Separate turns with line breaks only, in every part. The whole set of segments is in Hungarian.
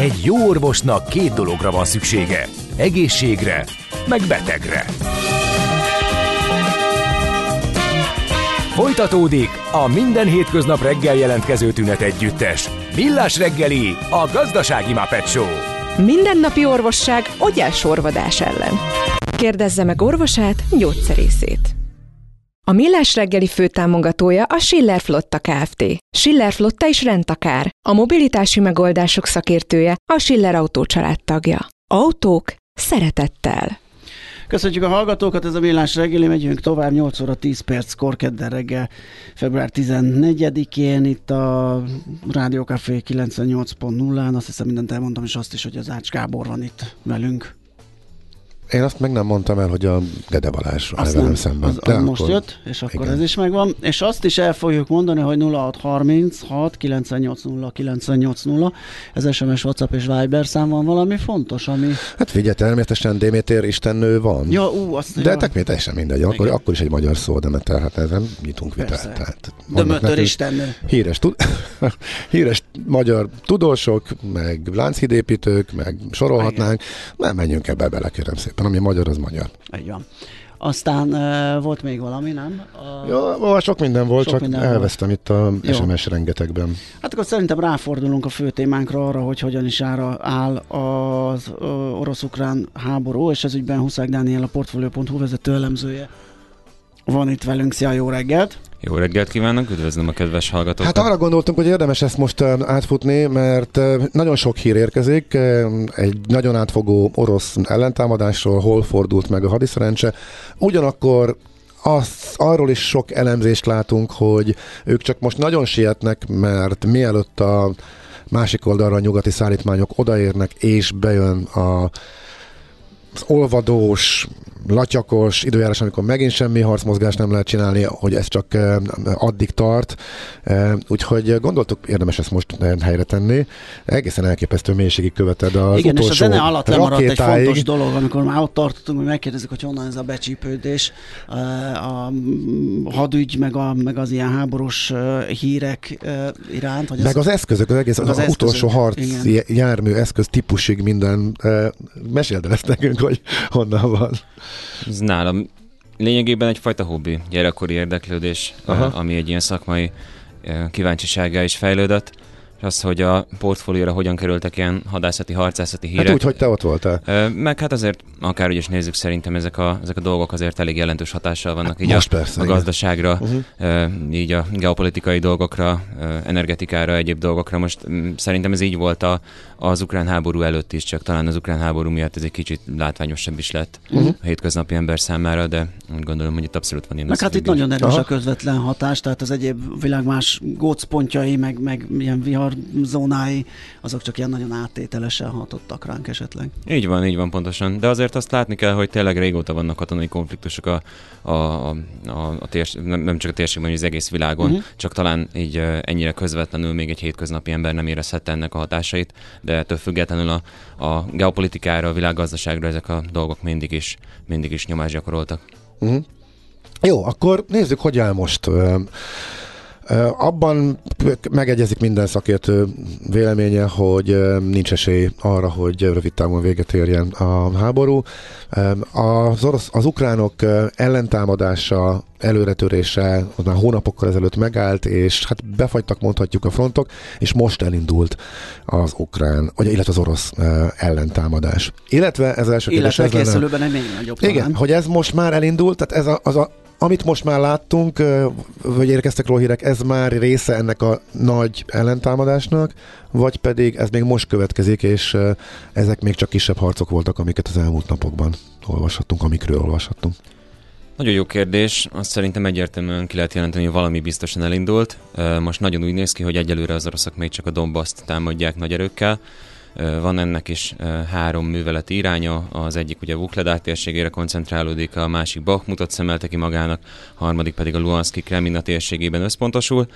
Egy jó orvosnak két dologra van szüksége. Egészségre, meg betegre. Folytatódik a minden hétköznap reggel jelentkező tünet együttes. Millás reggeli, a gazdasági Muppet Show.
Mindennapi orvosság ogyásorvadás ellen. Kérdezze meg orvosát, gyógyszerészét. A Millás reggeli főtámogatója a Schiller Flotta Kft. Schiller Flotta is rendtakár. A mobilitási megoldások szakértője, a Schiller Autó család tagja. Autók szeretettel.
Köszönjük a hallgatókat, ez a Millás reggeli, megyünk tovább, 8 óra 10 perckor, kedden reggel, február 14-én, itt a Rádió Café 98.0-án, azt hiszem mindent elmondtam, és azt is, hogy az Ács Gábor van itt velünk.
Én azt meg nem mondtam el, hogy a Gede Balázs velem szemben.
Az most jött, és akkor igen. Ez is megvan. És azt is el fogjuk mondani, hogy 0636 980 980, ez SMS, WhatsApp és Viber szám, van valami fontos, ami...
Hát figyelj, természetesen Déméter istennő van.
Ja, azt
de teljesen mindegy, akkor is egy magyar szó, Demeter, hát ezen nyitunk vitát.
Demeter istennő.
Híres magyar tudósok, meg lánchídépítők, meg sorolhatnánk. Nem menjünk ebbe bele, kérem szépen. Ami magyar, az magyar.
Így van. Aztán volt még valami, nem?
Sok minden volt, csak elvesztem itt a SMS rengetegben.
Hát akkor szerintem ráfordulunk a fő témánkra arra, hogy hogyan is áll az orosz-ukrán háború, és ez ügyben Huszák Dániel, a Portfolio.hu vezető elemzője van itt velünk. Szia, jó reggelt!
Jó reggelt kívánok, üdvözlöm a kedves hallgatókat!
Hát arra gondoltunk, hogy érdemes ezt most átfutni, mert nagyon sok hír érkezik, egy nagyon átfogó orosz ellentámadásról, hol fordult meg a hadiszerencse. Ugyanakkor arról is sok elemzést látunk, hogy ők csak most nagyon sietnek, mert mielőtt a másik oldalra a nyugati szállítmányok odaérnek, és bejön az olvadós, latyakos időjárás, amikor megint semmi harcmozgást nem lehet csinálni, hogy ez csak addig tart. Úgyhogy gondoltuk, érdemes ezt most helyre tenni. Egészen elképesztő mélységig követed az
igen,
utolsó
és a zene alatt lemaradt egy fontos dolog, amikor már ott tartottunk, hogy megkérdezik, hogy honnan ez a becsípődés, a hadügy, meg az ilyen háborús hírek iránt. Hogy
meg az eszközök, az utolsó harc jármű eszköz típusig minden. Meséld el ezt nekünk, hogy honnan van.
Ez nálam lényegében egyfajta hobbi, gyerekkori érdeklődés, ami egy ilyen szakmai kíváncsisággá is fejlődött, és az, hogy a portfólióra hogyan kerültek ilyen hadászati, harcászati hírek.
Hát úgy, hogy te ott voltál.
Meg hát azért, akárhogy is nézzük, szerintem ezek a dolgok azért elég jelentős hatással vannak így a gazdaságra, így a geopolitikai dolgokra, energetikára, egyéb dolgokra. Most szerintem ez így volt az ukrán háború előtt is, csak talán az ukrán háború miatt ez egy kicsit látványosabb is lett a hétköznapi ember számára, de úgy gondolom, hogy itt abszolút van ilyen.
Meg hát itt nagyon erős a közvetlen hatás, tehát az egyéb világ más gócpontjai, meg ilyen viharzónái, azok csak ilyen nagyon áttételesen hatottak ránk esetleg.
Így van pontosan. De azért azt látni kell, hogy tényleg régóta vannak katonai konfliktusok nem csak a térségben, hogy az egész világon, csak talán így ennyire közvetlenül még egy hétköznapi ember nem érezhette ennek a hatásait, de ettől függetlenül a geopolitikára, a világgazdaságra ezek a dolgok mindig is nyomást gyakoroltak.
Jó, akkor nézzük, hogy áll most. Abban megegyezik minden szakértő véleménye, hogy nincs esély arra, hogy rövid távon véget érjen a háború. Az ukránok ellentámadása, előretörése az már hónapokkal ezelőtt megállt, és hát befagytak, mondhatjuk, a frontok, és most elindult az ukrán, illetve az orosz ellentámadás. Illetve ez első kérdés.
Illetve készülőben egy még nagyobb.
Igen, hogy ez most már elindult, tehát amit most már láttunk, vagy érkeztek róla hírek, ez már része ennek a nagy ellentámadásnak, vagy pedig ez még most következik, és ezek még csak kisebb harcok voltak, amiket az elmúlt napokban amikről olvashattunk.
Nagyon jó kérdés. Azt szerintem egyértelműen ki lehet jelenteni, hogy valami biztosan elindult. Most nagyon úgy néz ki, hogy egyelőre az oroszok még csak a Donbaszt támadják nagy erőkkel. Van ennek is 3 műveleti iránya, az egyik ugye Vuhledár térségére koncentrálódik, a másik Bakhmutot szemelte ki magának, a harmadik pedig a Luhanszki Kremlina térségében összpontosul.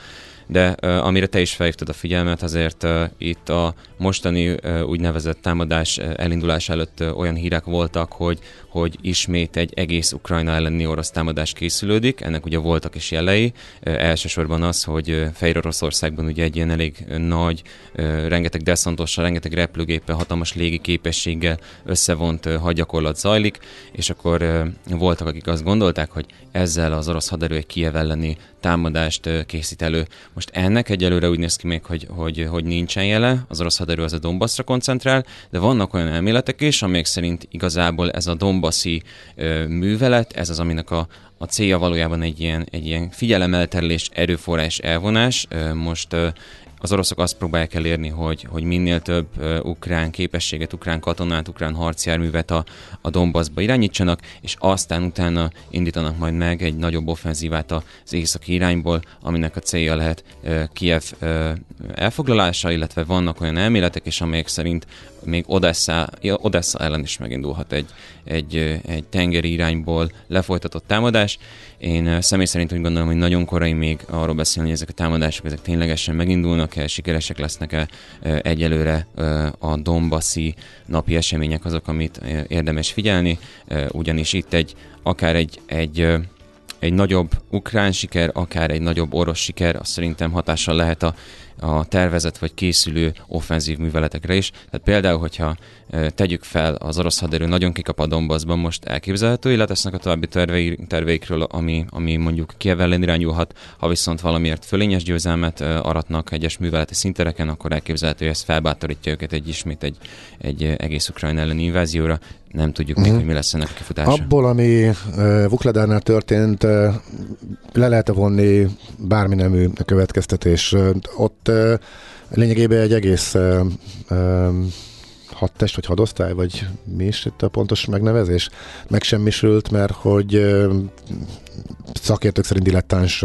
de amire te is felhívtad a figyelmet, azért itt a mostani úgynevezett támadás elindulás előtt olyan hírek voltak, hogy ismét egy egész Ukrajna elleni orosz támadás készülődik, ennek ugye voltak is jelei, elsősorban az, hogy Fehér Oroszországban ugye egy ilyen elég nagy, rengeteg deszantossal, rengeteg repülőgéppel, hatalmas légi képességgel összevont hadgyakorlat zajlik, és akkor voltak, akik azt gondolták, hogy ezzel az orosz haderő egy Kijev elleni támadást készít elő. Most ennek egyelőre úgy néz ki még, hogy nincsen jele, az orosz haderő az a Donbassra koncentrál, de vannak olyan elméletek is, amelyek szerint igazából ez a donbassi művelet, ez az, aminek a célja valójában egy ilyen figyelemelterelés, erőforrás elvonás. Most az oroszok azt próbálják elérni, hogy minél több ukrán képességet, ukrán katonát, ukrán harcjárművet a Donbassba irányítsanak, és aztán utána indítanak majd meg egy nagyobb offenzívát az északi irányból, aminek a célja lehet Kijev elfoglalása, illetve vannak olyan elméletek is, amelyek szerint még Odessa ellen is megindulhat egy tengeri irányból lefolytatott támadás. Én személy szerint úgy gondolom, hogy nagyon korai még arról beszélni, hogy ezek a támadások ezek ténylegesen megindulnak-e, sikeresek lesznek-e. Egyelőre a donbassi napi események azok, amit érdemes figyelni, ugyanis itt akár egy nagyobb ukrán siker, akár egy nagyobb orosz siker, az szerintem hatással lehet a tervezett vagy készülő offenzív műveletekre is. Tehát például, hogyha tegyük fel, az orosz haderő nagyon kikap a Donbassban, most elképzelhető, illetve lesznek a további terveikről, ami mondjuk Kijev ellen irányulhat, ha viszont valamiért fölényes győzelmet aratnak egyes műveleti szintereken, akkor elképzelhető, hogy ez felbátorítja őket ismét egy egész Ukrajna elleni invázióra. Nem tudjuk még, hogy mi lesz ennek a kifutása.
Abból, ami Vuhledárnál történt, le lehet vonni bármi nemű következtetés. Ott lényegében egy egész hadtest, vagy hadosztály, vagy mi is itt a pontos megnevezés, megsemmisült, mert hogy szakértők szerint dilettáns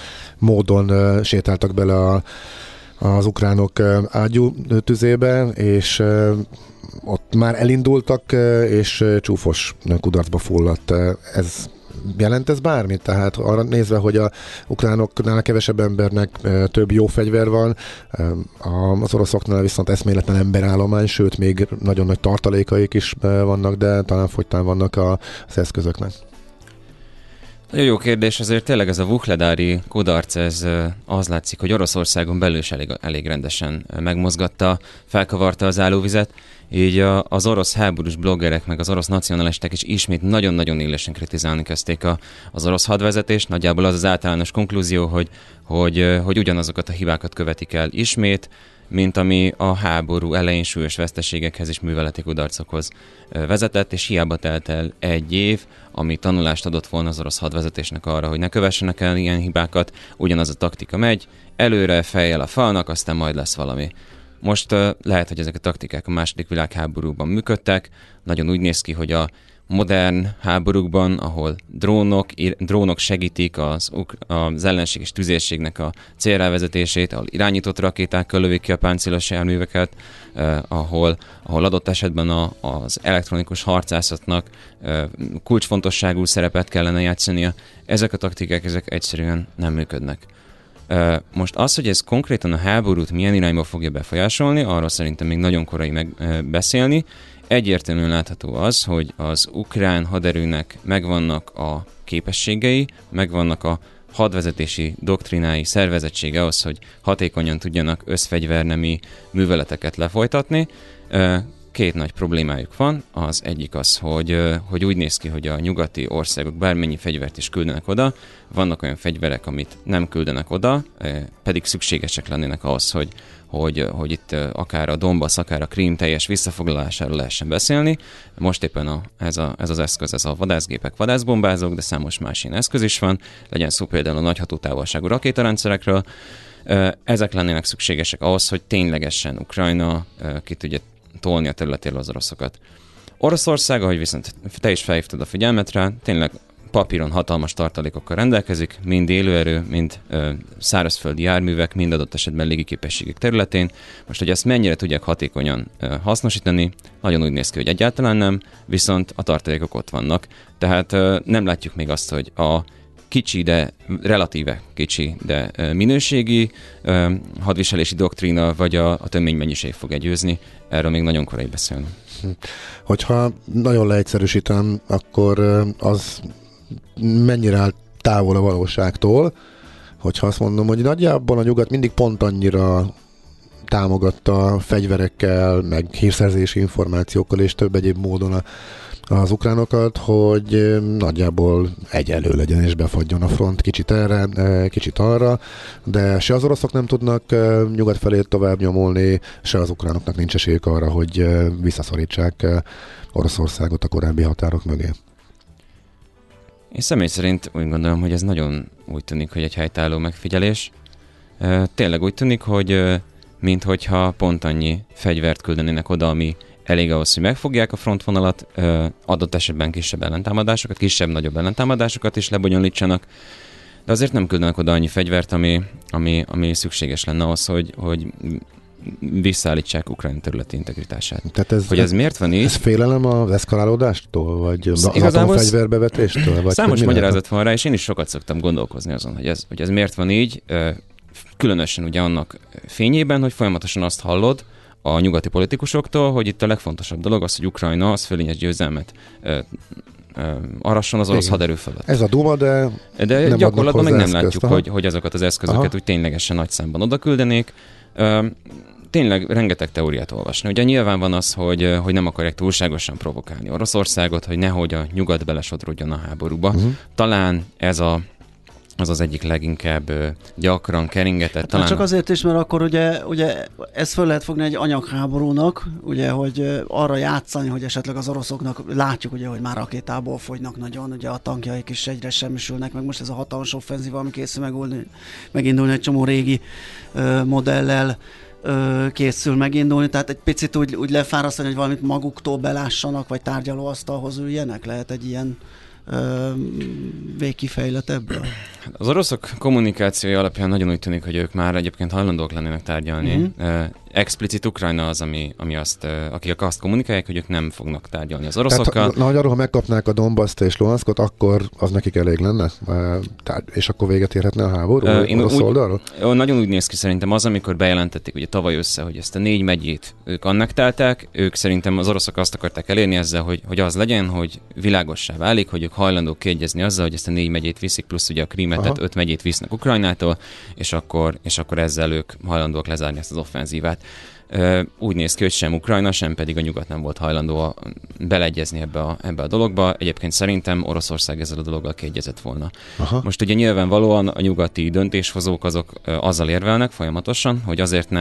módon sétáltak bele az ukránok ágyú tüzébe, és ott már elindultak, és csúfos kudarcba fulladt. Jelent ez bármit? Tehát arra nézve, hogy a ukránoknál kevesebb embernek több jó fegyver van, az oroszoknál viszont eszméletlen emberállomány, sőt még nagyon nagy tartalékaik is vannak, de talán fogytán vannak az eszközöknek.
Nagyon jó kérdés, azért tényleg ez a vuhledári kudarc, ez az látszik, hogy Oroszországon belül is elég rendesen megmozgatta, felkavarta az állóvizet, így az orosz háborús bloggerek, meg az orosz nacionalisták is ismét nagyon-nagyon élesen kritizálni kezdték az orosz hadvezetést. Nagyjából az általános konklúzió, hogy ugyanazokat a hibákat követik el ismét, mint ami a háború elején súlyos veszteségekhez és műveleti kudarcokhoz vezetett, és hiába telt el egy év, ami tanulást adott volna az orosz hadvezetésnek arra, hogy ne kövessenek el ilyen hibákat, ugyanaz a taktika megy, előre fejjel a falnak, aztán majd lesz valami. Most lehet, hogy ezek a taktikák a II. Világháborúban működtek, nagyon úgy néz ki, hogy a modern háborúkban, ahol drónok segítik az ellenséges tüzérségnek a célrávezetését, ahol irányított rakétákkal lövik ki a páncélos járműveket, ahol adott esetben az elektronikus harcászatnak kulcsfontosságú szerepet kellene játszania. Ezek a taktikák ezek egyszerűen nem működnek. Most az, hogy ez konkrétan a háborút milyen irányba fogja befolyásolni, arról szerintem még nagyon korai megbeszélni. Egyértelműen látható az, hogy az ukrán haderőnek megvannak a képességei, megvannak a hadvezetési doktrinái, szervezettsége ahhoz, hogy hatékonyan tudjanak összfegyvernemi műveleteket lefolytatni. Két nagy problémájuk van. Az egyik az, hogy úgy néz ki, hogy a nyugati országok bármennyi fegyvert is küldenek oda, vannak olyan fegyverek, amit nem küldenek oda, pedig szükségesek lennének ahhoz, hogy itt akár a Donbass, akár a Krím teljes visszafoglalásáról lehessen beszélni. Most éppen ez az eszköz, ez a vadászgépek, vadászbombázók, de számos más ilyen eszköz is van, legyen szó például a nagy hatótávolságú rakétarendszerekről. Ezek lennének szükségesek ahhoz, hogy ténylegesen Ukrajna ki tudja tolni a területéről az oroszokat. Oroszország, ahogy viszont te is felhívtad a figyelmet rá, tényleg papíron hatalmas tartalékokkal rendelkezik, mind élőerő, mind szárazföldi járművek, mind adott esetben légiképességek területén. Most, hogy ezt mennyire tudják hatékonyan hasznosítani, nagyon úgy néz ki, hogy egyáltalán nem, viszont a tartalékok ott vannak. Tehát nem látjuk még azt, hogy a kicsi, de relatíve kicsi, de minőségi hadviselési doktrína, vagy a töménymennyiség fog győzni. Erről még nagyon korai beszélni.
Hogyha nagyon leegyszerűsítem, akkor az mennyire áll távol a valóságtól, hogyha azt mondom, hogy nagyjából a nyugat mindig pont annyira támogatta fegyverekkel, meg hírszerzési információkkal és több egyéb módon az ukránokat, hogy nagyjából egyenlő legyen és befagyjon a front kicsit erre, kicsit arra, de se az oroszok nem tudnak nyugat felé tovább nyomulni, se az ukránoknak nincs esélyük arra, hogy visszaszorítsák Oroszországot a korábbi határok mögé.
Én személy szerint úgy gondolom, hogy ez nagyon úgy tűnik, hogy egy helytálló megfigyelés. Tényleg úgy tűnik, hogy minthogyha pont annyi fegyvert küldenének oda, ami elég ahhoz, hogy megfogják a frontvonalat, adott esetben kisebb-nagyobb ellentámadásokat is lebonyolítsanak, de azért nem küldenek oda annyi fegyvert, ami szükséges lenne ahhoz, hogy visszaállítsák Ukrajna területi integritását.
Tehát
hogy ez miért van így?
Ez félelem az eszkalálódástól, vagy atomfegyverbevetéstől? Vagy
számos magyarázat van rá, és én is sokat szoktam gondolkozni azon, hogy ez miért van így, különösen ugye annak fényében, hogy folyamatosan azt hallod a nyugati politikusoktól, hogy itt a legfontosabb dolog az, hogy Ukrajna az fölényes győzelmet arasson az orosz haderő fölött.
Ez a duma, de
gyakorlatban meg nem látjuk, hogy azokat az eszközöket úgy ténylegesen nagy számban oda küldenék. Tényleg rengeteg teóriát olvasni. Ugye nyilván van az, hogy nem akarják túlságosan provokálni Oroszországot, hogy nehogy a nyugat belesodródjon a háborúba. Talán ez az egyik leginkább gyakran keringetett. Talán
csak azért is, mert akkor ugye ezt föl lehet fogni egy anyagháborúnak, ugye, hogy arra játszani, hogy esetleg az oroszoknak látjuk, ugye, hogy már rakétából fogynak nagyon, ugye a tankjaik is egyre semmisülnek, meg most ez a hatalmas offenzíva, ami készül megindulni egy csomó régi modellel készül megindulni, tehát egy picit úgy lefárasztani, hogy valamit maguktól belássanak, vagy tárgyalóasztalhoz üljenek, lehet egy ilyen végkifejlet ebből?
Az oroszok kommunikációja alapján nagyon úgy tűnik, hogy ők már egyébként hajlandók lennének tárgyalni. Explicit Ukrajna az, akik azt kommunikálják, hogy ők nem fognak tárgyalni az oroszokkal.
Tehát, arról, ha megkapnák a Donbaszt és Luhanszkot, akkor az nekik elég lenne? És akkor véget érhetne a háború orosz oldalról?
Nagyon úgy néz ki szerintem az, amikor bejelentették ugye tavaly össze, hogy ezt a 4 megyét ők annektálták, ők szerintem az oroszok azt akarták elérni ezzel, hogy az legyen, hogy világossá válik, hogy ők hajlandók kiegyezni azzal, hogy ezt a 4 megyét viszik, plusz ugye a Krímet, tehát 5 megyét visznek Ukrajnától, és akkor ezzel ők hajlandóak lezárni ezt az offenzívát. Úgy néz ki, hogy sem Ukrajna, sem pedig a nyugat nem volt hajlandó beleegyezni ebbe a dologba. Egyébként szerintem Oroszország ezzel a dologgal kiegyezett volna. Most ugye nyilvánvalóan a nyugati döntéshozók azok azzal érvelnek folyamatosan, hogy azért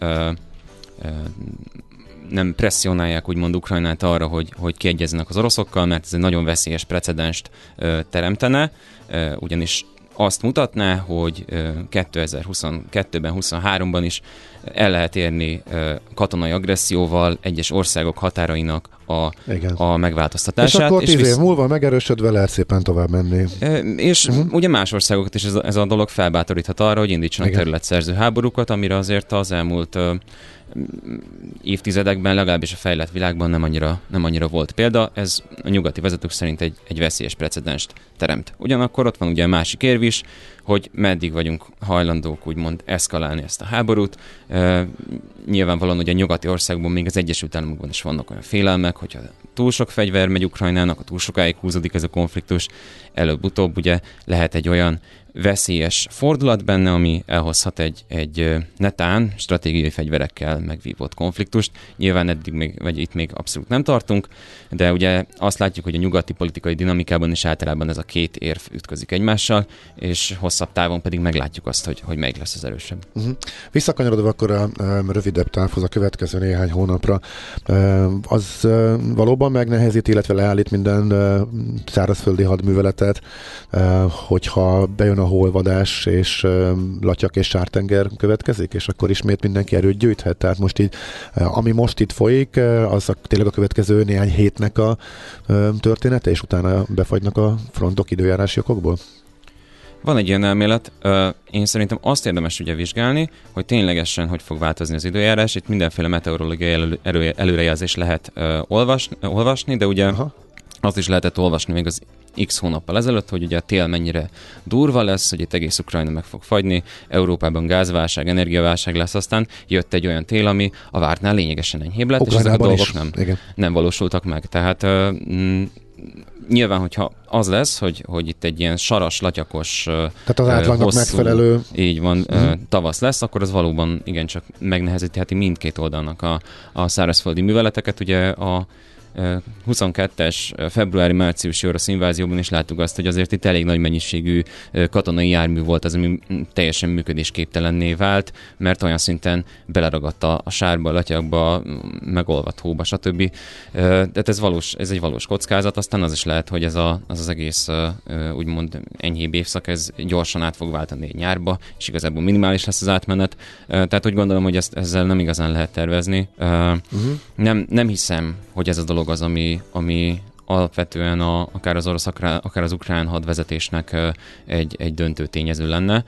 nem presszionálják úgymond Ukrajnát arra, hogy kiegyezzenek az oroszokkal, mert ez egy nagyon veszélyes precedenst teremtene, ugyanis azt mutatná, hogy 2022-ben, 23-ban is el lehet érni katonai agresszióval egyes országok határainak a megváltoztatását.
És akkor 10 év múlva megerősödve lehet szépen tovább menni.
És ugye más országokat is ez a dolog felbátoríthat arra, hogy indítsanak területszerző háborúkat, amire azért az elmúlt évtizedekben, legalábbis a fejlett világban nem annyira volt példa. Ez a nyugati vezetők szerint egy veszélyes precedenst teremt. Ugyanakkor ott van ugye a másik érv is, hogy meddig vagyunk hajlandók úgymond eszkalálni ezt a háborút. Nyilvánvalóan ugye a nyugati országban, még az Egyesült Államokban is vannak olyan félelmek, hogyha túl sok fegyver megy Ukrajnának, ha túl sokáig húzódik ez a konfliktus, előbb-utóbb ugye lehet egy olyan veszélyes fordulat benne, ami elhozhat egy netán stratégiai fegyverekkel megvívott konfliktust. Nyilván itt még abszolút nem tartunk, de ugye azt látjuk, hogy a nyugati politikai dinamikában is általában ez a két érv ütközik egymással, és hosszabb távon pedig meglátjuk azt, hogy melyik lesz az erősebb.
Visszakanyarodva akkor a rövidebb távhoz, a következő néhány hónapra, az valóban megnehezít, illetve leállít minden szárazföldi hadműveletet, hogyha bejön a holvadás, és Latyak és Sártenger következik, és akkor ismét mindenki erőt gyűjthet. Tehát most így, ami most itt folyik, az tényleg a következő néhány hétnek a története, és utána befagynak a frontok időjárási okokból?
Van egy ilyen elmélet. Én szerintem azt érdemes ugye vizsgálni, hogy ténylegesen hogy fog változni az időjárás. Itt mindenféle meteorológiai előrejelzés lehet olvasni, de ugye azt is lehetett olvasni még az X hónappal ezelőtt, hogy ugye a tél mennyire durva lesz, hogy itt egész Ukrajna meg fog fagyni, Európában gázválság, energiaválság lesz, aztán jött egy olyan tél, ami a vártnál lényegesen enyhébb lett, és ezek a dolgok nem valósultak meg. Tehát nyilván, hogyha az lesz, hogy itt egy ilyen saras, latyakos,
tehát az átlagnak hosszú, megfelelő,
így van, tavasz lesz, akkor az valóban igencsak megnehezítheti mindkét oldalnak a szárazföldi műveleteket. Ugye a 22-es februári-márciusi orosz invázióban is láttuk azt, hogy azért itt elég nagy mennyiségű katonai jármű volt az, ami teljesen működésképtelenné vált, mert olyan szinten beleragadt a sárba, a latyakba, megolvadt hóba, stb. Tehát ez egy valós kockázat, aztán az is lehet, hogy ez az egész úgymond enyhébb évszak, ez gyorsan át fog váltani egy nyárba, és igazából minimális lesz az átmenet. Tehát úgy gondolom, hogy ezzel nem igazán lehet tervezni. Nem hiszem, hogy ez a dolog az, ami alapvetően akár az orosz, akár az ukrán hadvezetésnek egy döntő tényező lenne.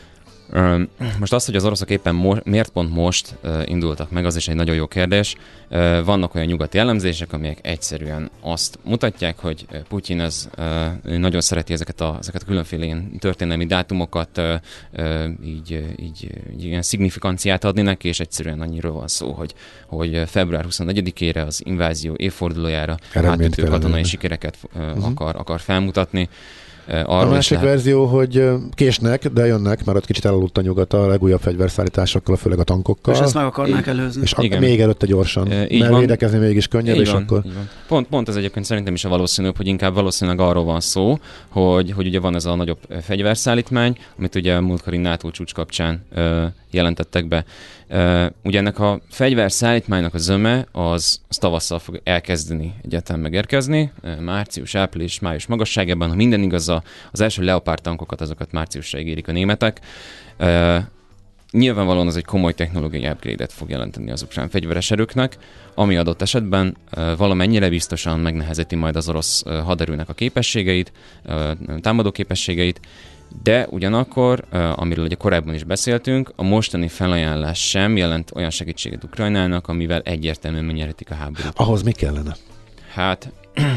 Most az, hogy az oroszok éppen miért pont most indultak meg, az is egy nagyon jó kérdés. Vannak olyan nyugati elemzések, amelyek egyszerűen azt mutatják, hogy Putyin nagyon szereti ezeket a különféle ilyen történelmi dátumokat így ilyen szigniφikanciát adni neki, és egyszerűen annyiról van szó, hogy február 24-ére az invázió évfordulójára átütő katonai sikereket akar felmutatni.
A másik verzió, hogy késnek, de jönnek, mert ott kicsit elaludt a nyugat a legújabb fegyverszállításokkal, főleg a tankokkal.
És ezt meg akarnák előzni.
És még előtte gyorsan, mert védekezni mégis könnyebb, és akkor...
Pont ez egyébként szerintem is a valószínűbb, hogy inkább valószínűleg arról van szó, hogy ugye van ez a nagyobb fegyverszállítmány, amit ugye a múltkori NATO csúcs kapcsán jelentettek be. Ugye ennek a fegyverszállítmánynak a zöme az tavasszal fog elkezdeni egyáltalán megérkezni, március, április, május magasságában, ha minden igaz, az első Leopard tankokat, azokat márciusra ígérik a németek. Nyilvánvalóan az egy komoly technológiai upgrade-et fog jelenteni az ukrán fegyveres erőknek, ami adott esetben valamennyire biztosan megnehezíti majd az orosz haderőnek a képességeit, támadó képességeit, de ugyanakkor, amiről ugye korábban is beszéltünk, a mostani felajánlás sem jelent olyan segítséget Ukrajnának, amivel egyértelműen megnyerhetik a háborút.
Ahhoz mi kellene?
Hát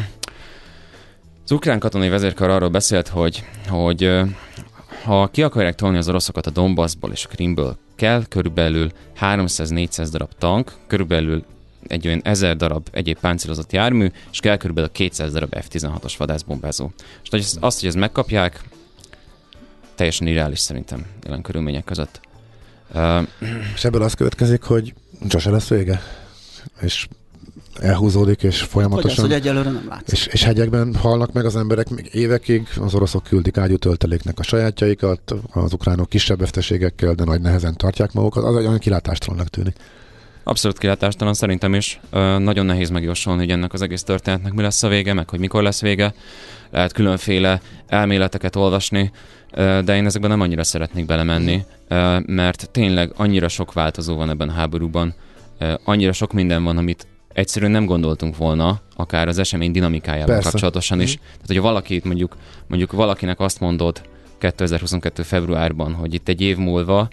az ukrán katonai vezérkar arról beszélt, hogy ha ki akarják tolni az oroszokat a Donbassból és a Krimből, kell körülbelül 300-400 darab tank, körülbelül egy olyan 1000 darab egyéb páncélozott jármű, és kell körülbelül 200 darab F-16-os vadászbombázó. És azt, hogy ezt megkapják, teljesen irreális szerintem jelen körülmények között.
És ebből az következik, hogy sose lesz vége? És elhúzódik, és folyamatosan...
Hogy az, hogy egyelőre nem látszik.
És hegyekben halnak meg az emberek még évekig, az oroszok küldik ágyútölteléknek a sajátjaikat, az ukránok kisebb veszteségekkel, de nagy nehezen tartják magukat, az olyan kilátástalannak tűnik.
Abszolút kilátástalan szerintem is. Nagyon nehéz megjósolni, hogy ennek az egész történetnek mi lesz a vége, meg hogy mikor lesz vége. Lehet különféle elméleteket olvasni, de én ezekben nem annyira szeretnék belemenni, mert tényleg annyira sok változó van ebben a háborúban, annyira sok minden van, amit egyszerűen nem gondoltunk volna, akár az esemény dinamikájával kapcsolatosan is. Tehát, hogyha valakit mondjuk valakinek azt mondod 2022. februárban, hogy itt egy év múlva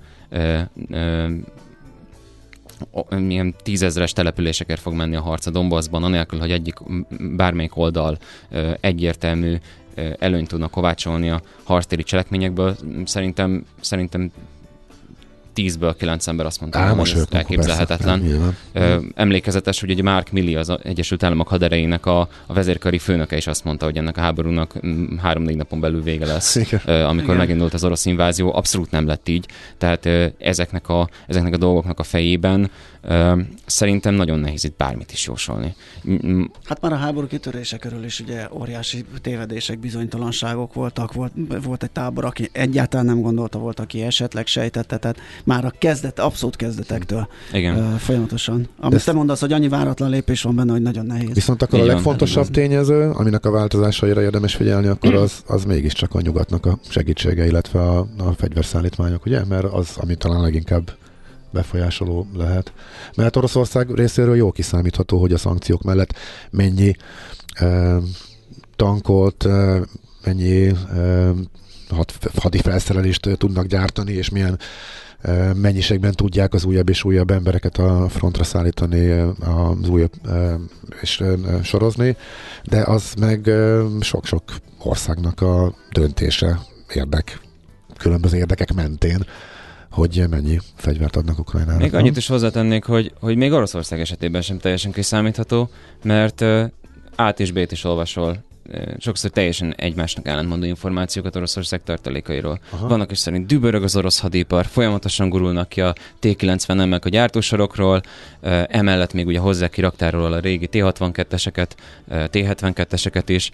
milyen 10 000-es településekért fog menni a harc a Donbassban, anélkül, hogy bármelyik oldal egyértelmű előnyt tudnak kovácsolni a harctéri cselekményekből. Szerintem 10-ből 9 ember azt mondta, hogy ez elképzelhetetlen. Emlékezetes, hogy egy Mark Milley, az Egyesült Államok haderejének a vezérkari főnöke is azt mondta, hogy ennek a háborúnak 3-4 napon belül vége lesz, amikor megindult az orosz invázió. Abszolút nem lett így. Tehát ezeknek a dolgoknak a fejében szerintem nagyon nehéz itt bármit is jósolni.
Hát már a háború kitörése körül is ugye óriási tévedések, bizonytalanságok voltak. Volt egy tábor, aki egyáltalán nem gondolta, volt, aki esetleg sejtette, tehát már a abszolút kezdetektől folyamatosan. Amit te mondasz, hogy annyi váratlan lépés van benne, hogy nagyon nehéz.
Viszont akkor a legfontosabb tényező, aminek a változásaira érdemes figyelni, akkor az mégiscsak a nyugatnak a segítsége, illetve a fegyverszállítmányok, ugye? Mert az, ami talán leginkább befolyásoló lehet. Mert Oroszország részéről jól kiszámítható, hogy a szankciók mellett mennyi tankot, mennyi hadi felszerelést tudnak gyártani, és milyen mennyiségben tudják az újabb és újabb embereket a frontra szállítani, az újabb és sorozni, de az meg sok-sok országnak a döntése, különböző érdekek mentén, hogy mennyi fegyvert adnak Ukrajnának.
Még annyit is hozzátennék, hogy még Oroszország esetében sem teljesen kiszámítható, mert A-t és B-t is olvasol sokszor teljesen egymásnak ellentmondó információkat Oroszország tartalékairól. Aha. Vannak is szerint dübörög az orosz hadipar, folyamatosan gurulnak ki a T-90-emek a gyártósorokról, emellett még ugye hozzá ki raktárról a régi T-62-eseket, T-72-eseket is,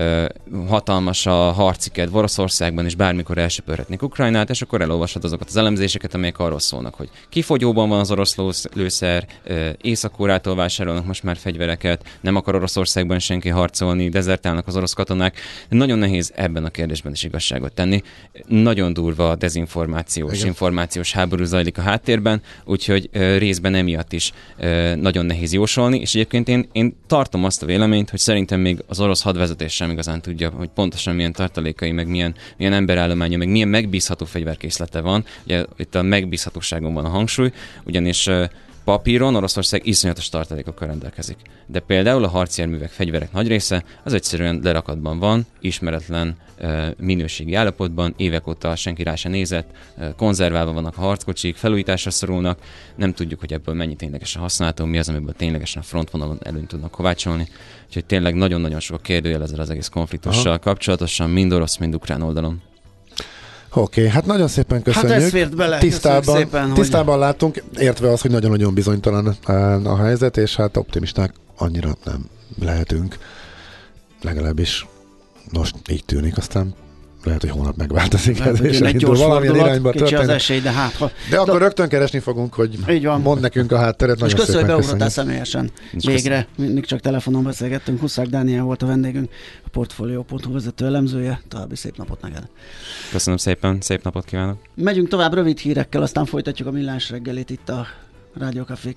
hatalmas a harci kedv Oroszországban, és bármikor elsöpörhetnék Ukrajnát, és akkor elolvasod azokat az elemzéseket, amelyek arról szólnak, hogy kifogyóban van az orosz lőszer, Észak-Koreától vásárolnak most már fegyvereket, nem akar Oroszországban senki harcolni, dezertálnak az orosz katonák. Nagyon nehéz ebben a kérdésben is igazságot tenni. Nagyon durva dezinformációs, információs háború zajlik a háttérben, úgyhogy részben emiatt is nagyon nehéz jósolni, és egyébként én tartom azt a véleményt, hogy szerintem még az orosz hadvezetés sem igazán tudja, hogy pontosan milyen tartalékai, meg milyen emberállománya, meg milyen megbízható fegyverkészlete van. Ugye itt a megbízhatóságon van a hangsúly, ugyanis papíron Oroszország iszonyatos tartalékokkal rendelkezik. De például a harcjárművek, fegyverek nagy része az egyszerűen lerakatban van, ismeretlen minőségi állapotban, évek óta senki rá se nézett, konzerválva vannak a harckocsik, felújításra szorulnak, nem tudjuk, hogy ebből mennyi ténylegesen használható, mi az, amiből ténylegesen a frontvonalon előnyt tudnak kovácsolni. Úgyhogy tényleg nagyon-nagyon sok a kérdőjel ezzel az egész konfliktussal kapcsolatosan, mind orosz, mind ukrán oldalon.
Oké, hát nagyon szépen köszönjük.
Hát ez fért bele.
Tisztában látunk, értve az, hogy nagyon-nagyon bizonytalan a helyzet, és hát optimisták annyira nem lehetünk. Legalábbis most így tűnik, aztán lehet, hogy holnap megváltozik ez, és elindul valamilyen irányba
történik. Az esély, de hát...
De akkor rögtön keresni fogunk, hogy mondd nekünk a hátteret.
Nagyon szépen köszönjük. És beugrottál személyesen. Végre, mindig csak telefonon beszélgettünk. Huszák Dániel volt a vendégünk, a Portfolio.hu vezető elemzője. További szép napot neked.
Köszönöm szépen, szép napot kívánok.
Megyünk tovább rövid hírekkel, aztán folytatjuk a millás reggelit itt a Rádió Café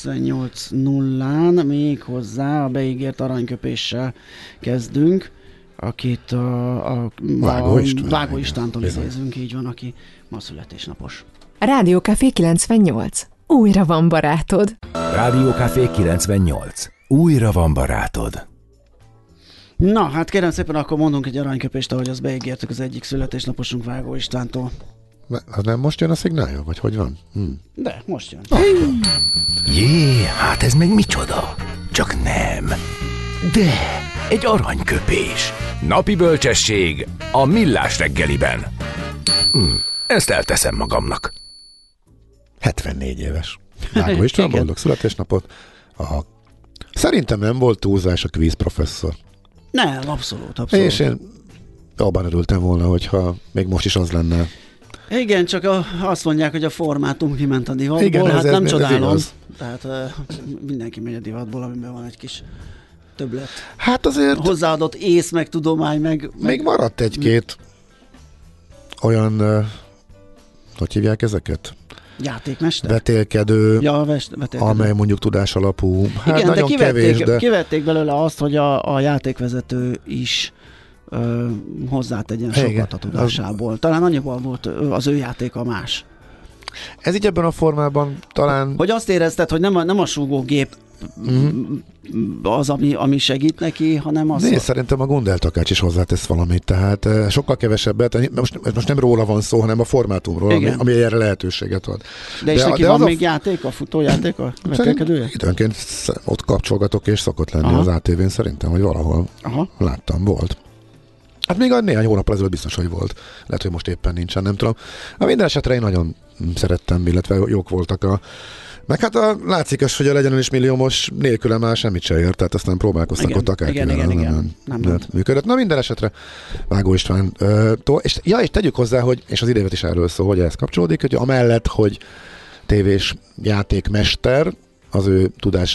98.0-án, még hozzá a beígért aranyköpéssel kezdünk, akit a Vágó Istvántól idézünk, így van, aki ma születésnapos.
Rádió Café 98. Újra van barátod.
Rádió Café 98. Újra van barátod.
Na, hát kérem szépen, akkor mondunk egy aranyköpést, ahogy azt beígértük az egyik születésnaposunk Vágó Istvántól.
Nem most jön a szignálja, vagy hogy van?
De, most jön.
Jé, hát ez meg micsoda? Csak nem. De, egy aranyköpés. Napi bölcsesség a Millás reggeliben. Ezt elteszem magamnak.
74 éves. Vágó István, boldog születésnapot. Szerintem nem volt túlzás a kvíz professzor.
Nem, abszolút.
És én abban örültem volna, hogyha még most is az lenne.
Igen, csak azt mondják, hogy a formátum kiment a divatból. Igen, hát nem csodálom. Tehát mindenki megy a divatból, amiben van egy kis többlet.
Hát azért...
hozzáadott ész, meg tudomány, meg...
Még maradt egy-két olyan, hogy hívják ezeket?
Játékmester?
Vetélkedő, amely mondjuk tudás alapú. Hát igen, nagyon kevés, de...
kivették belőle azt, hogy a játékvezető is hozzátegyen sokat a tudásából. Talán annyiból volt az ő játéka más.
Ez így ebben a formában talán...
Hogy azt érezted, hogy nem a súgógép az, ami segít neki, hanem az...
Nézd, szerintem a Gundel Takács is hozzátesz valamit, tehát sokkal kevesebbet, most nem róla van szó, hanem a formátumról, ami erre lehetőséget ad.
De és neki van még játék, a futójáték, a vetélkedője?
Időnként ott kapcsolgatok, és szokott lenni az ATV-n szerintem, hogy valahol láttam, volt. Hát még néhány hónap ezelőtt biztos, hogy volt. Lehet, hogy most éppen nincsen, nem tudom. Minden esetre én nagyon szerettem, illetve jók voltak meg hát látszik, hogy a legyen is milliómos nélküle már semmit se ért, tehát aztán próbálkoztak ott akárkivel. Nem működött. Na minden esetre Vágó István. És tegyük hozzá, hogy, és az idévet is erről szól, hogy ez kapcsolódik, hogy amellett, hogy tévés játékmester, az ő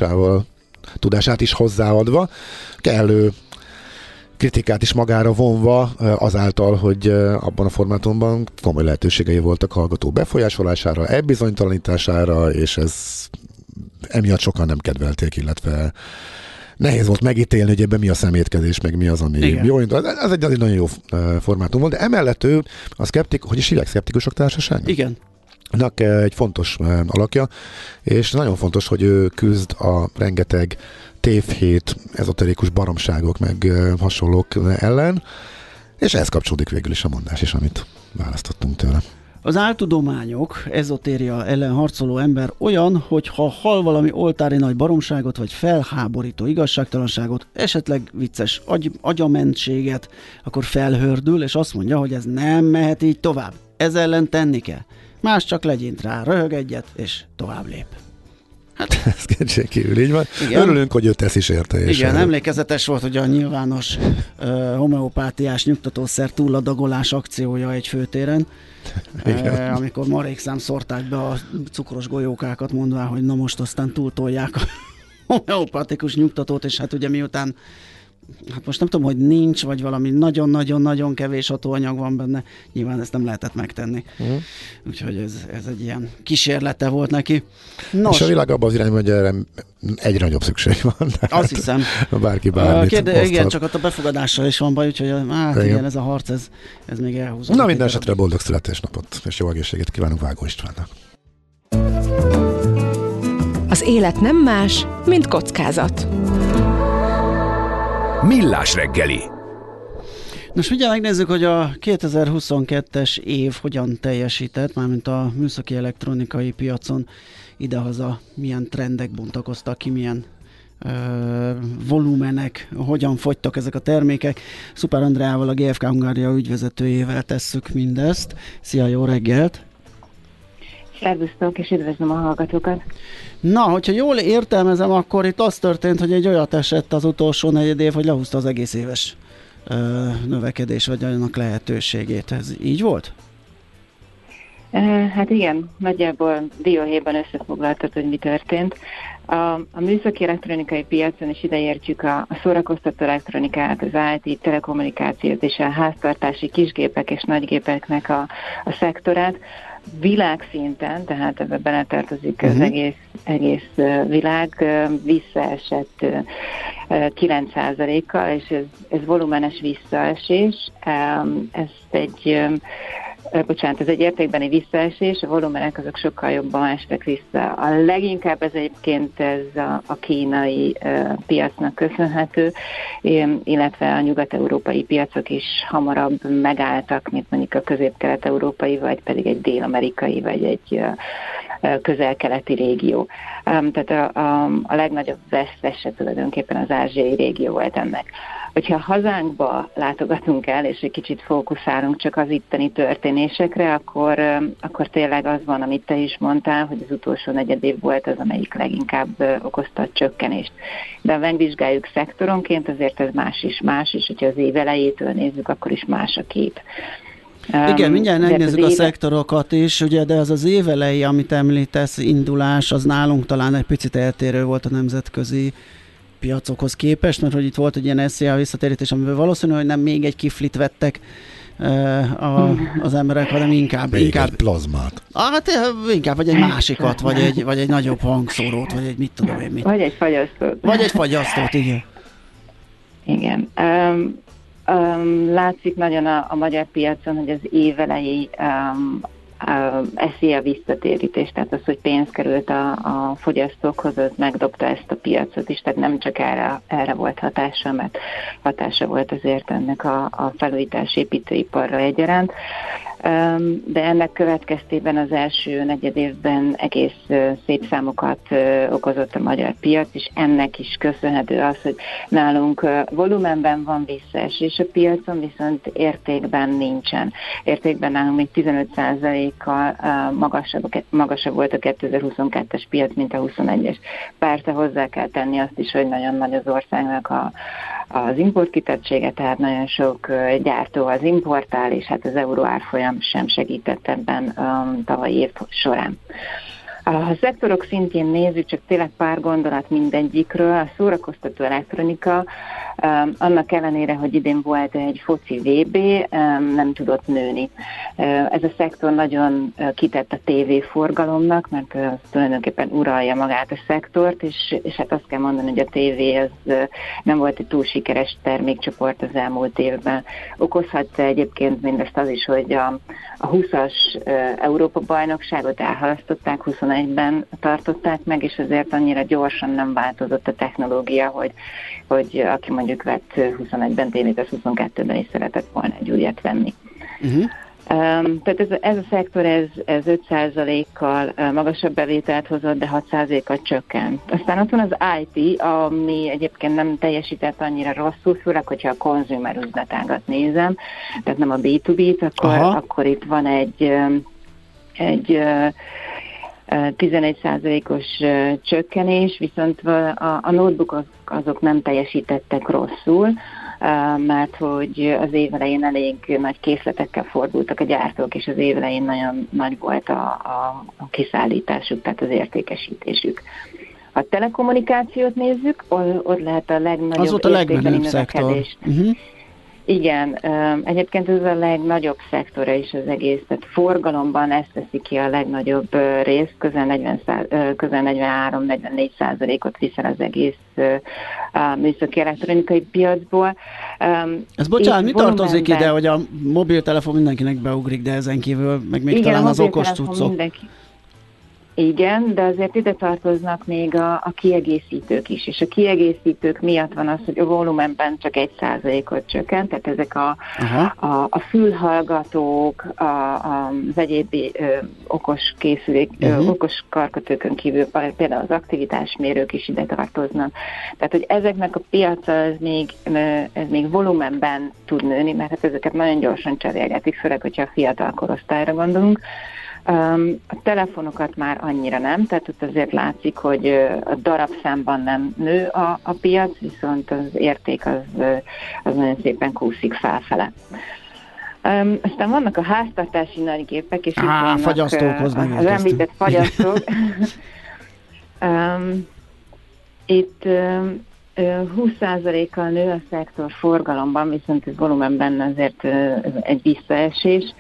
tudását is hozzáadva, kellő kritikát is magára vonva azáltal, hogy abban a formátumban komoly lehetőségei voltak hallgató befolyásolására, elbizonytalanítására, és ez emiatt sokan nem kedvelték, illetve nehéz volt megítélni, hogy ebben mi a szemétkezés, meg mi az, ami jó. Ez egy nagyon jó formátum volt, de emellett ő a szkeptikusok társasága?
Igen.
egy fontos alakja, és nagyon fontos, hogy ő küzd a rengeteg tévhét, ezoterikus baromságok, meg hasonlók ellen, és ehhez kapcsolódik végül is a mondás is, amit választottunk tőle.
Az áltudományok, ezotéria ellen harcoló ember olyan, hogy ha hall valami oltári nagy baromságot, vagy felháborító igazságtalanságot, esetleg vicces agyamentséget, akkor felhördül, és azt mondja, hogy ez nem mehet így tovább. Ez ellen tenni kell. Más csak legyint rá, röhög egyet, és tovább lép.
Hát, ez kétségkívül így van. Igen. Örülünk, hogy ő tesz is érte.
Igen, emlékezetes volt, hogy a nyilvános homeopátiás nyugtatószer túladagolás akciója egy főtéren, amikor marékszám szórták be a cukros golyókákat, mondván, hogy na most aztán túltolják a homeopatikus nyugtatót, és hát ugye miután hát most nem tudom, hogy nincs, vagy valami nagyon-nagyon-nagyon kevés hatóanyag van benne, nyilván ezt nem lehetett megtenni. Úgyhogy ez egy ilyen kísérlete volt neki. Nos,
és a világ abban az irányban, hogy erre egyre nagyobb szükség van.
Azt hiszem.
Bárki bármit
igen, csak ott a befogadással is van baj, úgyhogy igen, ez a harc, ez még elhúzódik.
Na, minden esetre boldog születésnapot, és jó egészséget kívánunk Vágó Istvánnak.
Az élet nem más, mint kockázat.
Millás reggeli.
Nos, ugye megnézzük, hogy a 2022-es év hogyan teljesített, mármint a műszaki elektronikai piacon idehaza milyen trendek bontakoztak ki, milyen volumenek, hogyan fogytak ezek a termékek. Szuper Andreával, a GFK Hungária ügyvezetőjével tesszük mindezt. Szia, jó reggelt!
Szervusztok, és üdvözlöm a hallgatókat!
Na, hogyha jól értelmezem, akkor itt az történt, hogy egy olyat esett az utolsó negyed év, hogy lehúzta az egész éves növekedés, vagy annak lehetőségét. Ez így volt?
Hát igen, nagyjából dióhéjban összefoglaltad, hogy mi történt. A műszaki elektronikai piacon is ideértjük a szórakoztató elektronikát, az IT, telekommunikációt és a háztartási kisgépek és nagygépeknek a szektorát. Világszinten, tehát ebbe beletartozik az egész világ, visszaesett 9%-kal, és ez volumenes visszaesés. Ez egy értékbeni visszaesés, a volumenek azok sokkal jobban estek vissza. A leginkább ez egyébként a kínai piacnak köszönhető, illetve a nyugat-európai piacok is hamarabb megálltak, mint mondjuk a közép-kelet-európai, vagy pedig egy dél-amerikai, vagy egy közel-keleti régió. Tehát a legnagyobb vesztese tulajdonképpen az ázsiai régió volt ennek. Hogyha hazánkba látogatunk el, és egy kicsit fókuszálunk csak az itteni történésekre, akkor tényleg az van, amit te is mondtál, hogy az utolsó negyed év volt az, amelyik leginkább okozta a csökkenést. De ha megvizsgáljuk szektoronként, azért ez más is, hogyha az év elejétől nézzük, akkor is más a kép.
Igen, mindjárt megnézzük a szektorokat is, ugye, de az év elejé, amit említesz, indulás, az nálunk talán egy picit eltérő volt a nemzetközi piacokhoz képest, mert hogy itt volt egy ilyen SZIA visszatérítés, amivel valószínű, hogy nem még egy kiflit vettek az emberek, hanem inkább
egy plazmát.
Hát inkább, vagy egy másikat, vagy egy nagyobb hangszórót, vagy egy mit tudom én mit.
Vagy egy fagyasztót.
Vagy egy fagyasztót, igen.
Igen. Látszik nagyon a magyar piacon, hogy az év elejé eszi a visszatérítés, tehát az, hogy pénz került a fogyasztókhoz, az megdobta ezt a piacot is, tehát nem csak erre volt hatása, mert hatása volt azért ennek a felújítás építőiparra egyaránt, de ennek következtében az első negyed évben egész szép számokat okozott a magyar piac, és ennek is köszönhető az, hogy nálunk volumenben van visszaesés a piacon, viszont értékben nincsen. Értékben nálunk még 15%-kal magasabb volt a 2022-es piac, mint a 21-es. Persze hozzá kell tenni azt is, hogy nagyon nagy az országnak az importkitettsége, tehát nagyon sok gyártó az importál, és hát az euró árfolyam sem segített ebben tavalyi év során. Ha szektorok szintjén nézzük, csak tényleg pár gondolat mindegyikről, a szórakoztató elektronika, annak ellenére, hogy idén volt egy foci VB, nem tudott nőni. Ez a szektor nagyon kitett a tévéforgalomnak, mert tulajdonképpen uralja magát a szektort, és hát azt kell mondani, hogy a tévé az nem volt egy túl sikeres termékcsoport az elmúlt évben. Okozhat egyébként mindezt az is, hogy a 20-as Európa-bajnokságot elhalasztották, 21-ben tartották meg, és azért annyira gyorsan nem változott a technológia, hogy aki mondjuk vett 21-ben tévét, az 22-ben is szeretett volna egy újat venni. Tehát ez a szektor ez 5%-kal magasabb bevételt hozott, de 6%-kal csökkent. Aztán ott van az IT, ami egyébként nem teljesített annyira rosszul, főleg, hogyha a konzumer üzletágat nézem, tehát nem a B2B-t, akkor itt van egy 11%-os csökkenés, viszont a notebookok azok nem teljesítettek rosszul, mert hogy az év elején elég nagy készletekkel fordultak a gyártók, és az év elején nagyon nagy volt a kiszállításuk, tehát az értékesítésük. A telekommunikációt nézzük, ott lehet a legnagyobb értékbeli növekedés. Igen, egyébként ez a legnagyobb szektora is az egész, tehát forgalomban ezt teszi ki a legnagyobb részt, közel 43-44%-ot viszel az egész műszaki elektronikai piacból.
Ez bocsánat, mi tartozik ide, hogy a mobiltelefon mindenkinek beugrik, de ezen kívül meg még igen, talán az okos cuccok.
Igen, de azért ide tartoznak még a kiegészítők is, és a kiegészítők miatt van az, hogy a volumenben csak 1%-ot csökkent, tehát ezek a fülhallgatók, az egyéb okos készülék, okos karkötőkön kívül például az aktivitásmérők is ide tartoznak. Tehát, hogy ezeknek a piaca ez még volumenben tud nőni, mert hát ezeket nagyon gyorsan cserélgetik, főleg, hogyha a fiatal korosztályra gondolunk. A telefonokat már annyira nem, tehát ott azért látszik, hogy a darabszámban nem nő a piac, viszont az érték az nagyon szépen kúszik felfele. Aztán vannak a háztartási nagygépek, és itt vannak
fagyasztókhoz
az említett fagyasztók. Itt 20%-kal nő a szektor forgalomban, viszont ez volumenben azért egy visszaesés.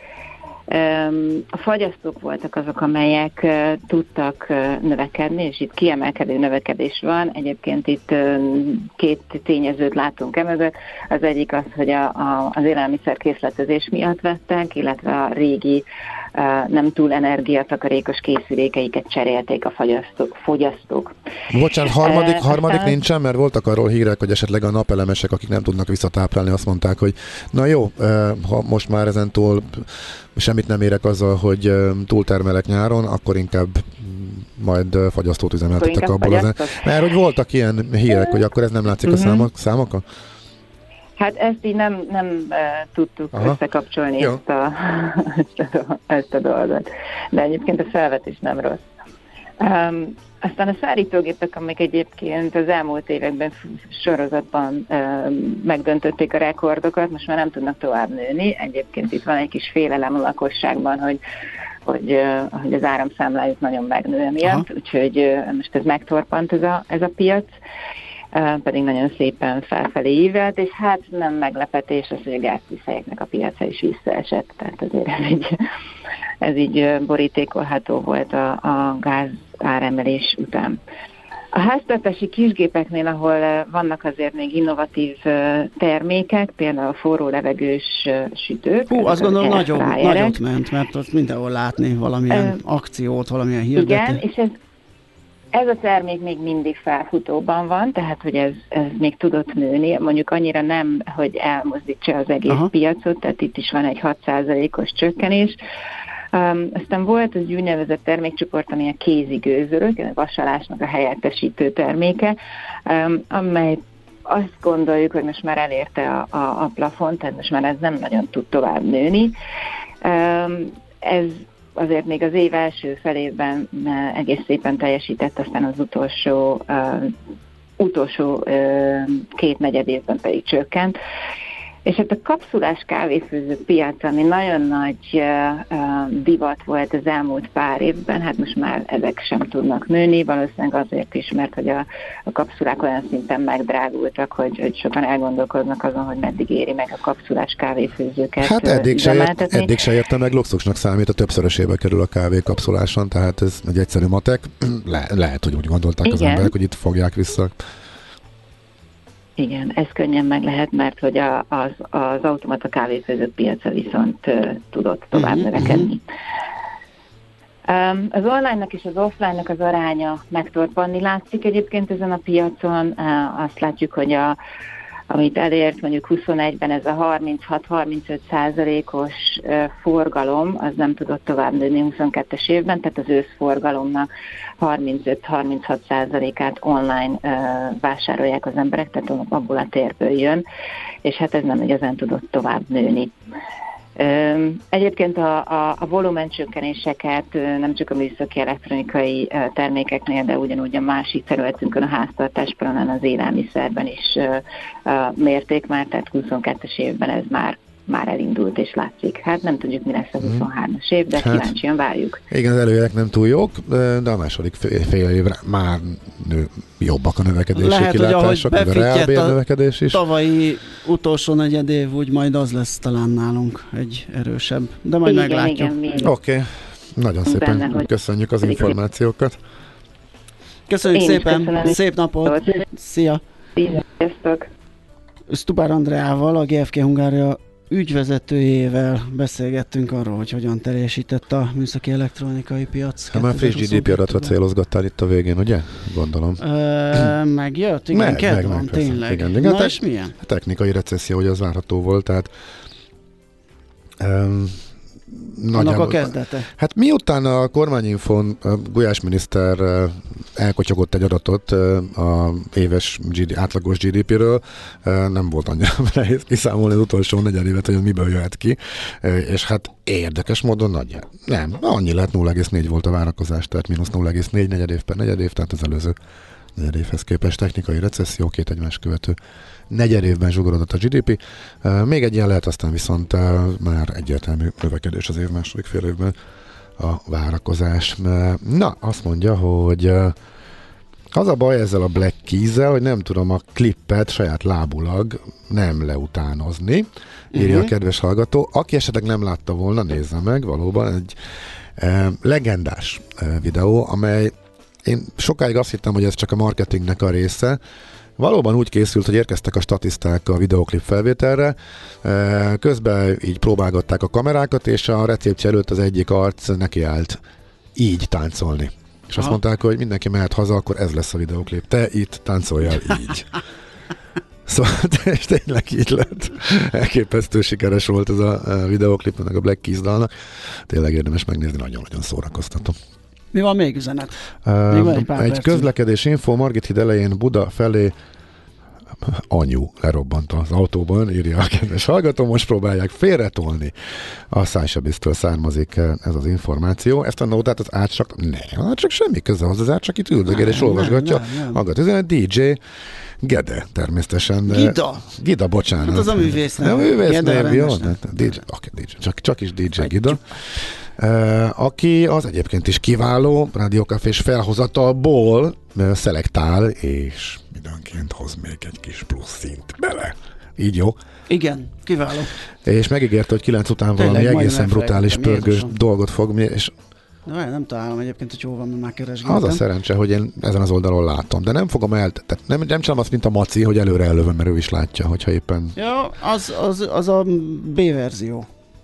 A fagyasztók voltak azok, amelyek tudtak növekedni, és itt kiemelkedő növekedés van. Egyébként itt két tényezőt látunk emögött. Az egyik az, hogy az élelmiszerkészletezés miatt vettek, illetve a régi nem túl energiatakarékos készülékeiket cserélték a fogyasztók.
Bocsánat, harmadik nincsen, mert voltak arról hírek, hogy esetleg a napelemesek, akik nem tudnak visszatáplálni, azt mondták, hogy na jó, ha most már ezentúl semmit nem érek azzal, hogy túltermelek nyáron, akkor inkább majd fagyasztót üzemeltetek abból. Mert hogy voltak ilyen hírek, hogy akkor ez nem látszik a számokon?
Hát ezt így nem tudtuk összekapcsolni ezt a dolgot. De egyébként a felvetés nem rossz. Aztán a szárítógépek, amik egyébként az elmúlt években sorozatban megdöntötték a rekordokat, most már nem tudnak tovább nőni. Egyébként itt van egy kis félelem a lakosságban, hogy az áramszámlájuk nagyon megnő emiatt, úgyhogy most ez megtorpant ez a piac. Pedig nagyon szépen felfelé ívelt, és hát nem meglepetés az, hogy a gáztűzhelyeknek a piaca is visszaesett, tehát azért ez így borítékolható volt a gáz áremelés után. A háztartási kisgépeknél, ahol vannak azért még innovatív termékek, például a forró levegős sütők.
Azt gondolom nagyot ment, mert ott mindenhol látni valamilyen akciót, valamilyen hirdetést.
Igen, és ez a termék még mindig felfutóban van, tehát hogy ez még tudott nőni, mondjuk annyira nem, hogy elmozdítsa az egész piacot, tehát itt is van egy 6%-os csökkenés. Aztán volt az úgynevezett termékcsoport, ami a kézigőzörök, a vasalásnak a helyettesítő terméke, amely azt gondoljuk, hogy most már elérte a plafont, tehát most már ez nem nagyon tud tovább nőni. Ez azért még az év első felében egész szépen teljesített, aztán az utolsó két negyed évben pedig csökkent. És hát a kapszulás kávéfőző piac, ami nagyon nagy divat volt az elmúlt pár évben, hát most már ezek sem tudnak nőni, valószínűleg azért is, mert hogy a kapszulák olyan szinten megdrágultak, hogy sokan elgondolkoznak azon, hogy meddig éri meg a kapszulás kávéfőzőket.
Hát eddig se érte meg, luxusnak számít, a többszörösébe kerül a kávé kapszuláson, tehát ez egy egyszerű matek. Lehet, hogy úgy gondolták az emberek, hogy itt fogják vissza.
Igen, ez könnyen meg lehet, mert hogy az automata kávéfőzők piaca viszont tudott tovább növekedni. Az online-nak és az offline-nak az aránya megtorpanni látszik egyébként ezen a piacon. Azt látjuk, hogy amit elért mondjuk 21-ben ez a 36-35%-os forgalom, az nem tudott tovább nőni 22-es évben, tehát az őszforgalomnak 35-36%-át online vásárolják az emberek, tehát abból a térből jön, és hát ez nem igazán tudott tovább nőni. Egyébként a volumencsökkenéseket nem csak a műszaki elektronikai termékeknél, de ugyanúgy a másik területünkön, a háztartásban, az élelmiszerben is mérték már, tehát 22-es évben ez már elindult és látszik. Hát nem tudjuk, mi lesz a 23-as év, de kíváncsian várjuk.
Igen, az előjelek nem túl jók, de a második fél évre már jobbak a növekedési kilátások, a reálbér növekedés is.
Tavalyi utolsó negyed év, úgy majd az lesz talán nálunk egy erősebb, de majd igen, meglátjuk.
Oké. Nagyon szépen köszönjük az információkat.
Köszönjük szépen, szép napot! Szia!
Sziasztok!
Stubár Andreával, a GFK Hungária ügyvezetőjével beszélgettünk arról, hogy hogyan teljesített a műszaki elektronikai piac.
Hát már friss GDP adatra célozgattál itt a végén, ugye? Gondolom.
Megjött? Igen, van, tényleg.
Igen.
Na és milyen?
A technikai recesszió, hogy az várható volt, tehát
annak a kezdete.
Hát miután a kormányinfón a Gulyás miniszter elkotyogott egy adatot a éves átlagos GDP-ről, nem volt annyira nehéz kiszámolni az utolsó negyedévet, hogy miből jöhet ki, és hát érdekes módon nagy. Nem, annyi lett, 0,4 volt a várakozás, tehát mínusz 0,4 negyedév per negyedév, tehát az előző negyedévhez képest technikai recesszió, két egymás követő negyedévben zsugorodott a GDP. Még egy ilyen lehet, aztán viszont már egyértelmű növekedés az év második fél évben a várakozás. Na, azt mondja, hogy az a baj ezzel a Black Keys-zel, hogy nem tudom a klippet saját lábulag nem leutánozni, írja a kedves hallgató. Aki esetleg nem látta volna, nézze meg, valóban egy legendás videó, amely én sokáig azt hittem, hogy ez csak a marketingnek a része. Valóban úgy készült, hogy érkeztek a statiszták a videoklip felvételre, közben így próbálgatták a kamerákat, és a recepció előtt az egyik arc nekiállt így táncolni. És azt mondták, hogy mindenki mehet haza, akkor ez lesz a videoklip. Te itt táncoljál így. Szóval és tényleg így lett. Elképesztő sikeres volt ez a videoklip, meg a Black Keys dalnak. Tényleg érdemes megnézni, nagyon-nagyon szórakoztató.
Mi van még üzenet?
Egy közlekedés info, Margit híd elején Buda felé anyu lerobbant az autóban, írja a kedves hallgató, most próbálják félretolni. A Szájsebésztől származik ez az információ. Ezt a nótát az átsak, csak semmi köze hozzá, az átsak itt üldögél és olvasgatja. Hallgat, üzenet DJ Gede, természetesen. Gida, bocsánat.
Hát az a művésznév.
A művésznév, jó? DJ, csak is DJ Gida. Aki az egyébként is kiváló rádiókafés felhozatalból szelektál, és időnként hoz még egy kis plusz szint bele. Így jó?
Igen, kiváló.
És megígérte, hogy 9 után valami egészen brutális, pörgős dolgot fog, és
nem találom egyébként, hogy hol van, mert már keresgéltem.
Az a szerencse, hogy én ezen az oldalon látom, de nem fogom nem csinálom azt, mint a Maci, hogy előre elővöm, mert ő is látja, hogyha éppen...
Ja, az a B-verzió.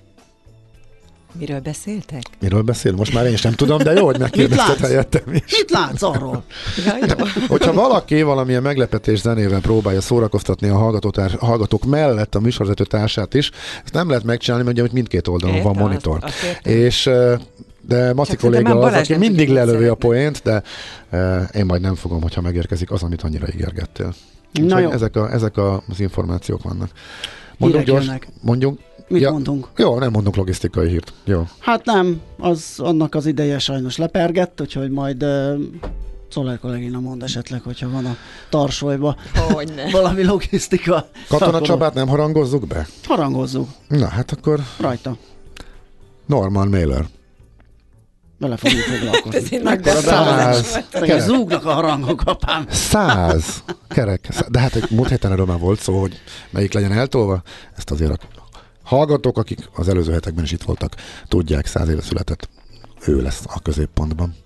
Miről beszéltek?
Miről beszél? Most már én is nem tudom, de jó, hogy megkérdezted helyettem is.
Mit látsz arról?
Hogyha valaki valamilyen meglepetés zenével próbálja szórakoztatni a hallgatók mellett a műsorvezető társát is, ezt nem lehet megcsinálni, mert ugye mindkét oldalon van monitor. És de Maci kolléga az, aki mindig lelövi a poént, de én majd nem fogom, hogyha megérkezik az, amit annyira ígérgettél. Ezek az információk vannak. Mondjunk.
Mit mondunk?
Jó, nem mondunk logisztikai hírt. Jó.
Hát nem, annak az ideje sajnos lepergett, úgyhogy majd Czoller kollégina mond esetleg, hogyha van a tarsolyba
Hogyne.
valami logisztika.
Katona Csabát nem harangozzuk be?
Harangozzuk.
Na, hát akkor
Rajta.
Norman Mailer.
Bele fogunk foglalkozni.
Ez egy nagy beszállás volt.
Zúgnak a harangok, apám.
100 kerek. De hát egy múlt héten erről már volt szó, hogy melyik legyen eltolva. Ezt azért a hallgatók, akik az előző hetekben is itt voltak, tudják, 100 éve született. Ő lesz a középpontban.